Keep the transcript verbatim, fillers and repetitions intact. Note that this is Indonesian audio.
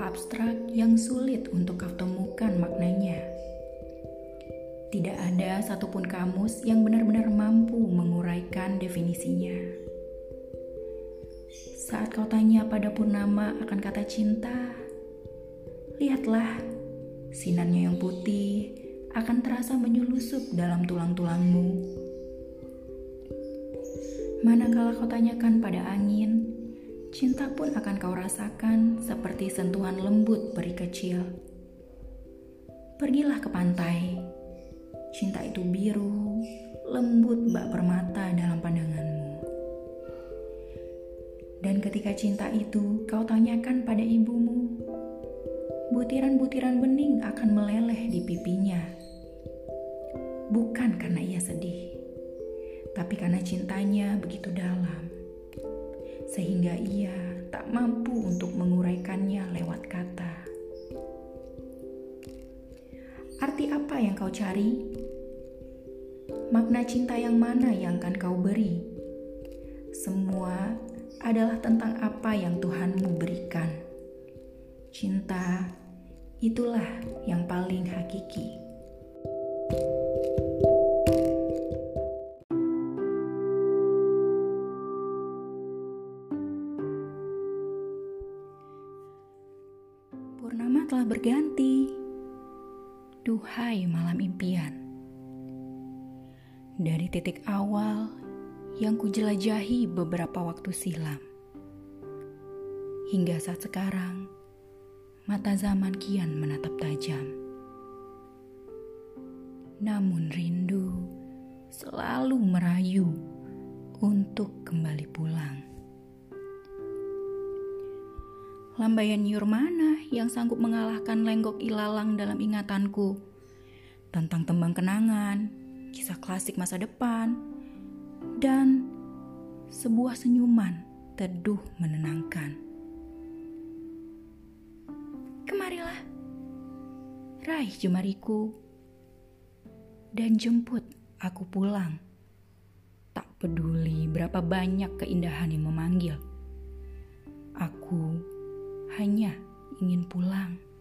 abstrak yang sulit untuk kau temukan maknanya. Tidak ada satupun kamus yang benar-benar mampu menguraikan definisinya. Saat kau tanya pada Purnama akan kata cinta, lihatlah, sinarnya yang putih akan terasa menyelusup dalam tulang-tulangmu. Manakala kau tanyakan pada angin, cinta pun akan kau rasakan seperti sentuhan lembut peri kecil. Pergilah ke pantai. Cinta itu biru, lembut bak permata dalam pandanganmu. Dan ketika cinta itu kau tanyakan pada ibumu, butiran-butiran bening akan meleleh di pipinya. Bukan karena ia sedih, tapi karena cintanya begitu dalam, sehingga ia tak mampu untuk menguraikannya lewat kata. Arti apa yang kau cari? Makna cinta yang mana yang akan kau beri? Semua adalah tentang apa yang Tuhanmu berikan. Cinta, itulah yang paling hakiki. Purnama telah berganti. Duhai malam impian. Dari titik awal yang kujelajahi beberapa waktu silam, hingga saat sekarang, mata zaman kian menatap tajam. Namun rindu selalu merayu untuk kembali pulang. Lambaian nyur mana yang sanggup mengalahkan lenggok ilalang dalam ingatanku tentang tembang kenangan, kisah klasik masa depan, dan sebuah senyuman teduh menenangkan. Kemarilah, raih jemariku, dan jemput aku pulang. Tak peduli berapa banyak keindahan yang memanggil, aku hanya ingin pulang.